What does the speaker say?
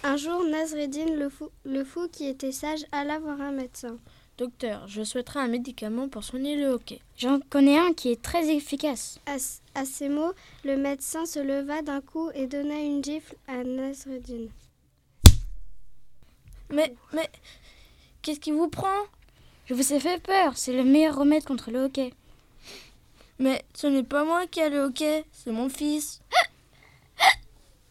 Un jour, Nasreddin, le fou qui était sage, alla voir un médecin. « Docteur, je souhaiterais un médicament pour soigner le hoquet. » « J'en connais un qui est très efficace. » À ces mots, le médecin se leva d'un coup et donna une gifle à Nasreddin. « Mais, qu'est-ce qui vous prend ? Je vous ai fait peur, c'est le meilleur remède contre le hoquet. » « Mais ce n'est pas moi qui ai le hoquet, c'est mon fils. »